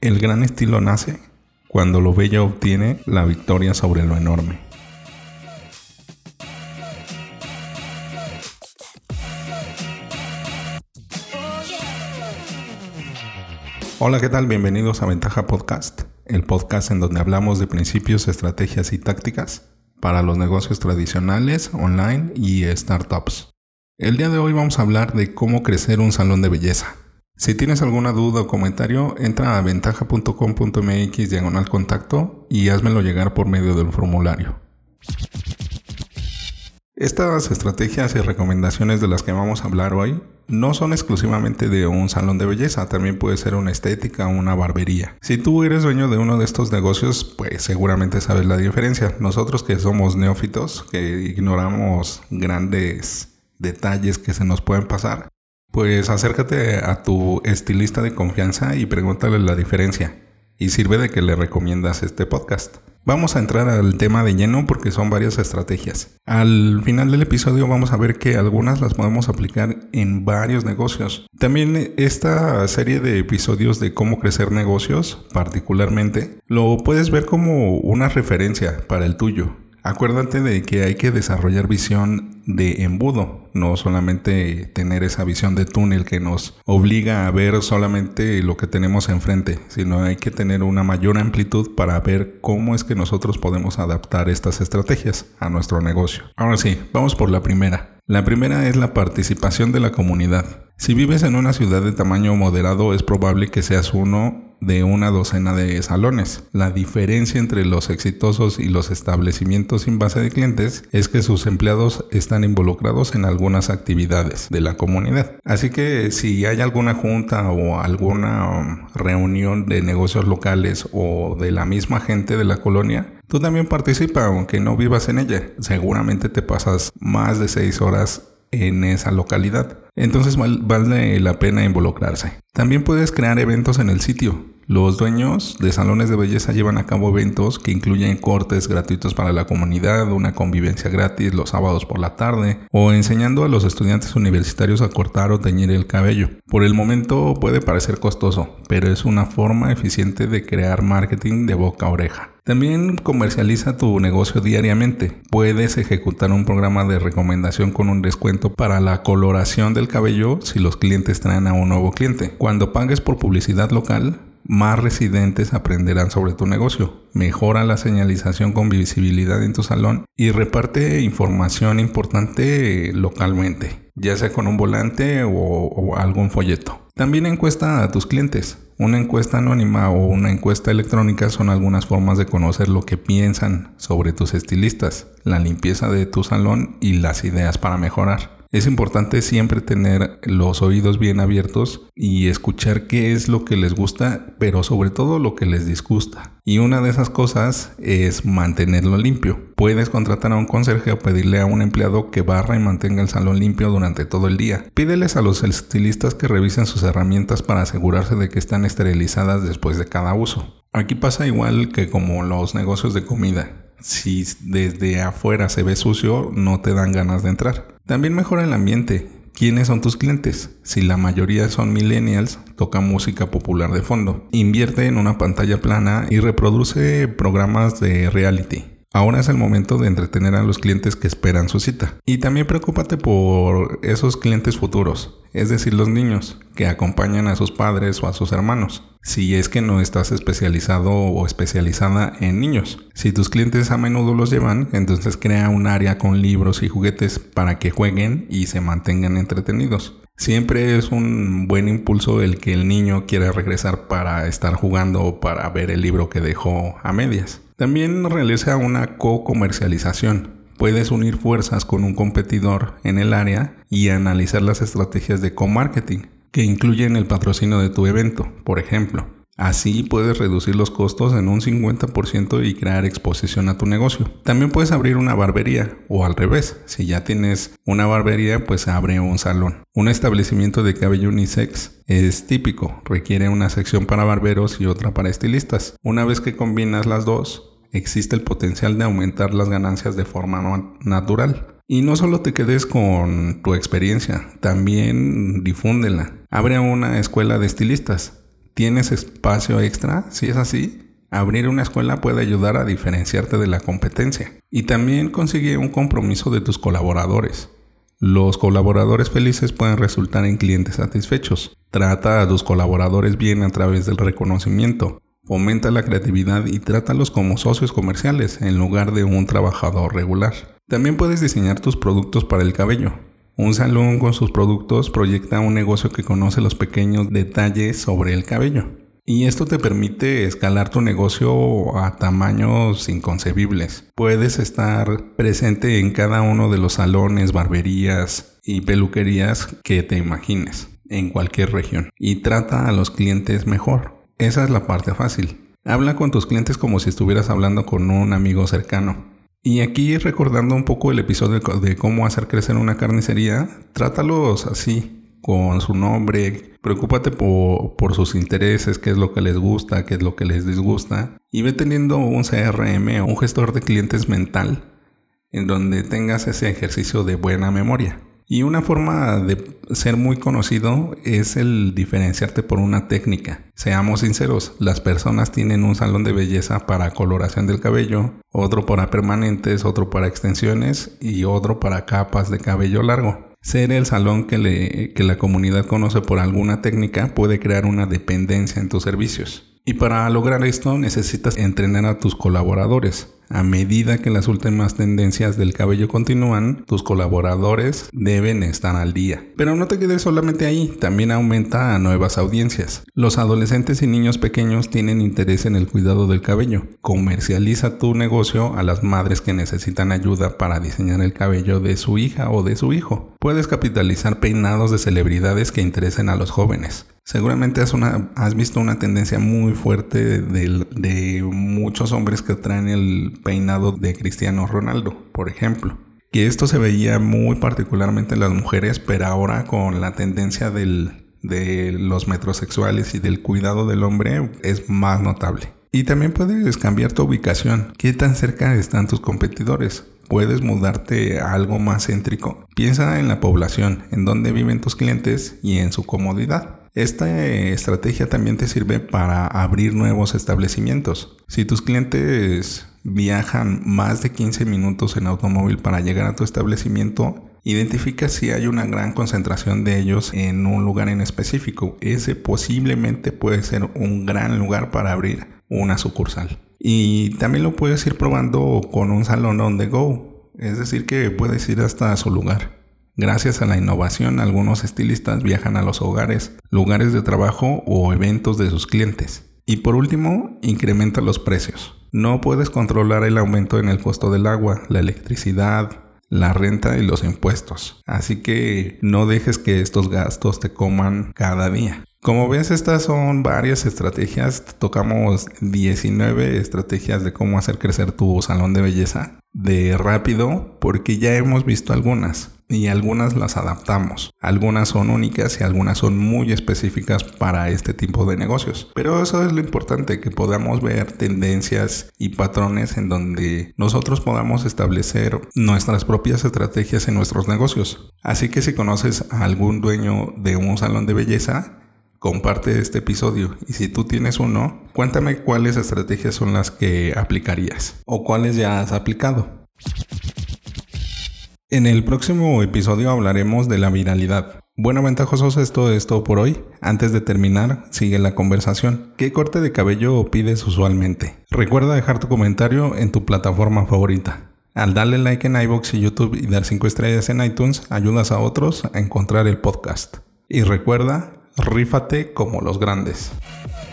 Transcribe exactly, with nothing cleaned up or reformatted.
El gran estilo nace cuando lo bello obtiene la victoria sobre lo enorme. Hola, ¿qué tal? Bienvenidos a Ventaja Podcast, el podcast en donde hablamos de principios, estrategias y tácticas para los negocios tradicionales, online y startups. El día de hoy vamos a hablar de cómo crecer un salón de belleza. Si tienes alguna duda o comentario, entra a ventaja punto com punto m x diagonal contacto y házmelo llegar por medio del formulario. Estas estrategias y recomendaciones de las que vamos a hablar hoy no son exclusivamente de un salón de belleza, también puede ser una estética o una barbería. Si tú eres dueño de uno de estos negocios, pues seguramente sabes la diferencia. Nosotros que somos neófitos, que ignoramos grandes detalles que se nos pueden pasar, pues acércate a tu estilista de confianza y pregúntale la diferencia. Y sirve de que le recomiendas este podcast. Vamos a entrar al tema de lleno porque son varias estrategias. Al final del episodio vamos a ver que algunas las podemos aplicar en varios negocios. También esta serie de episodios de cómo crecer negocios, particularmente, lo puedes ver como una referencia para el tuyo. Acuérdate de que hay que desarrollar visión de embudo, no solamente tener esa visión de túnel que nos obliga a ver solamente lo que tenemos enfrente, sino hay que tener una mayor amplitud para ver cómo es que nosotros podemos adaptar estas estrategias a nuestro negocio. Ahora sí, vamos por la primera. La primera es la participación de la comunidad. Si vives en una ciudad de tamaño moderado, es probable que seas uno de una docena de salones. La diferencia entre los exitosos y los establecimientos sin base de clientes es que sus empleados están involucrados en algunas actividades de la comunidad. Así que si hay alguna junta o alguna um, reunión de negocios locales o de la misma gente de la colonia, tú también participa, aunque no vivas en ella. Seguramente te pasas más de seis horas en esa localidad. Entonces val- vale la pena involucrarse. También puedes crear eventos en el sitio. Los dueños de salones de belleza llevan a cabo eventos que incluyen cortes gratuitos para la comunidad, una convivencia gratis los sábados por la tarde o enseñando a los estudiantes universitarios a cortar o teñir el cabello. Por el momento puede parecer costoso, pero es una forma eficiente de crear marketing de boca a oreja. También comercializa tu negocio diariamente. Puedes ejecutar un programa de recomendación con un descuento para la coloración del cabello si los clientes traen a un nuevo cliente. Cuando pagues por publicidad local, más residentes aprenderán sobre tu negocio. Mejora la señalización con visibilidad en tu salón y reparte información importante localmente, ya sea con un volante o, o algún folleto. También encuesta a tus clientes. Una encuesta anónima o una encuesta electrónica son algunas formas de conocer lo que piensan sobre tus estilistas, la limpieza de tu salón y las ideas para mejorar. Es importante siempre tener los oídos bien abiertos y escuchar qué es lo que les gusta, pero sobre todo lo que les disgusta. Y una de esas cosas es mantenerlo limpio. Puedes contratar a un conserje o pedirle a un empleado que barra y mantenga el salón limpio durante todo el día. Pídeles a los estilistas que revisen sus herramientas para asegurarse de que están esterilizadas después de cada uso. Aquí pasa igual que como los negocios de comida. Si desde afuera se ve sucio, no te dan ganas de entrar. También mejora el ambiente. ¿Quiénes son tus clientes? Si la mayoría son millennials, toca música popular de fondo. Invierte en una pantalla plana y reproduce programas de reality. Ahora es el momento de entretener a los clientes que esperan su cita. Y también preocúpate por esos clientes futuros, es decir, los niños que acompañan a sus padres o a sus hermanos, si es que no estás especializado o especializada en niños. Si tus clientes a menudo los llevan, entonces crea un área con libros y juguetes para que jueguen y se mantengan entretenidos. Siempre es un buen impulso el que el niño quiera regresar para estar jugando o para ver el libro que dejó a medias. También realiza una co-comercialización. Puedes unir fuerzas con un competidor en el área y analizar las estrategias de co-marketing que incluyen el patrocinio de tu evento, por ejemplo. Así puedes reducir los costos en un cincuenta por ciento y crear exposición a tu negocio. También puedes abrir una barbería o al revés. Si ya tienes una barbería, pues abre un salón. Un establecimiento de cabello unisex es típico. Requiere una sección para barberos y otra para estilistas. Una vez que combinas las dos, existe el potencial de aumentar las ganancias de forma no- natural. Y no solo te quedes con tu experiencia, también difúndela. Abre una escuela de estilistas. ¿Tienes espacio extra? Si es así, abrir una escuela puede ayudar a diferenciarte de la competencia. Y también consigue un compromiso de tus colaboradores. Los colaboradores felices pueden resultar en clientes satisfechos. Trata a tus colaboradores bien a través del reconocimiento. Fomenta la creatividad y trátalos como socios comerciales en lugar de un trabajador regular. También puedes diseñar tus productos para el cabello. Un salón con sus productos proyecta un negocio que conoce los pequeños detalles sobre el cabello. Y esto te permite escalar tu negocio a tamaños inconcebibles. Puedes estar presente en cada uno de los salones, barberías y peluquerías que te imagines, en cualquier región. Y trata a los clientes mejor. Esa es la parte fácil. Habla con tus clientes como si estuvieras hablando con un amigo cercano. Y aquí, recordando un poco el episodio de cómo hacer crecer una carnicería, trátalos así, con su nombre. Preocúpate por, por sus intereses, qué es lo que les gusta, qué es lo que les disgusta. Y ve teniendo un C R M o un gestor de clientes mental en donde tengas ese ejercicio de buena memoria. Y una forma de ser muy conocido es el diferenciarte por una técnica. Seamos sinceros, las personas tienen un salón de belleza para coloración del cabello, otro para permanentes, otro para extensiones y otro para capas de cabello largo. Ser el salón que, le, que la comunidad conoce por alguna técnica puede crear una dependencia en tus servicios. Y para lograr esto necesitas entrenar a tus colaboradores. A medida que las últimas tendencias del cabello continúan, tus colaboradores deben estar al día. Pero no te quedes solamente ahí, también aumenta a nuevas audiencias. Los adolescentes y niños pequeños tienen interés en el cuidado del cabello. Comercializa tu negocio a las madres que necesitan ayuda para diseñar el cabello de su hija o de su hijo. Puedes capitalizar peinados de celebridades que interesen a los jóvenes. Seguramente has, una, has visto una tendencia muy fuerte de, de muchos hombres que traen el peinado de Cristiano Ronaldo, por ejemplo. Que esto se veía muy particularmente en las mujeres, pero ahora con la tendencia del, de los metrosexuales y del cuidado del hombre es más notable. Y también puedes cambiar tu ubicación. ¿Qué tan cerca están tus competidores? ¿Puedes mudarte a algo más céntrico? Piensa en la población, en dónde viven tus clientes y en su comodidad. Esta estrategia también te sirve para abrir nuevos establecimientos. Si tus clientes viajan más de quince minutos en automóvil para llegar a tu establecimiento, identifica si hay una gran concentración de ellos en un lugar en específico. Ese posiblemente puede ser un gran lugar para abrir una sucursal. Y también lo puedes ir probando con un salón on the go, es decir que puedes ir hasta su lugar. Gracias a la innovación, algunos estilistas viajan a los hogares, lugares de trabajo o eventos de sus clientes. Y por último, incrementa los precios. No puedes controlar el aumento en el costo del agua, la electricidad, la renta y los impuestos. Así que no dejes que estos gastos te coman cada día. Como ves, estas son varias estrategias. Tocamos diecinueve estrategias de cómo hacer crecer tu salón de belleza de rápido, porque ya hemos visto algunas y algunas las adaptamos. Algunas son únicas y algunas son muy específicas para este tipo de negocios. Pero eso es lo importante, que podamos ver tendencias y patrones en donde nosotros podamos establecer nuestras propias estrategias en nuestros negocios. Así que si conoces a algún dueño de un salón de belleza, comparte este episodio, y si tú tienes uno, cuéntame cuáles estrategias son las que aplicarías o cuáles ya has aplicado. En el próximo episodio hablaremos de la viralidad. Bueno, ventajosos, esto es todo por hoy. Antes de terminar, sigue la conversación. ¿Qué corte de cabello pides usualmente? Recuerda dejar tu comentario en tu plataforma favorita. Al darle like en iVoox y YouTube y dar cinco estrellas en iTunes, ayudas a otros a encontrar el podcast. Y recuerda, rífate como los grandes.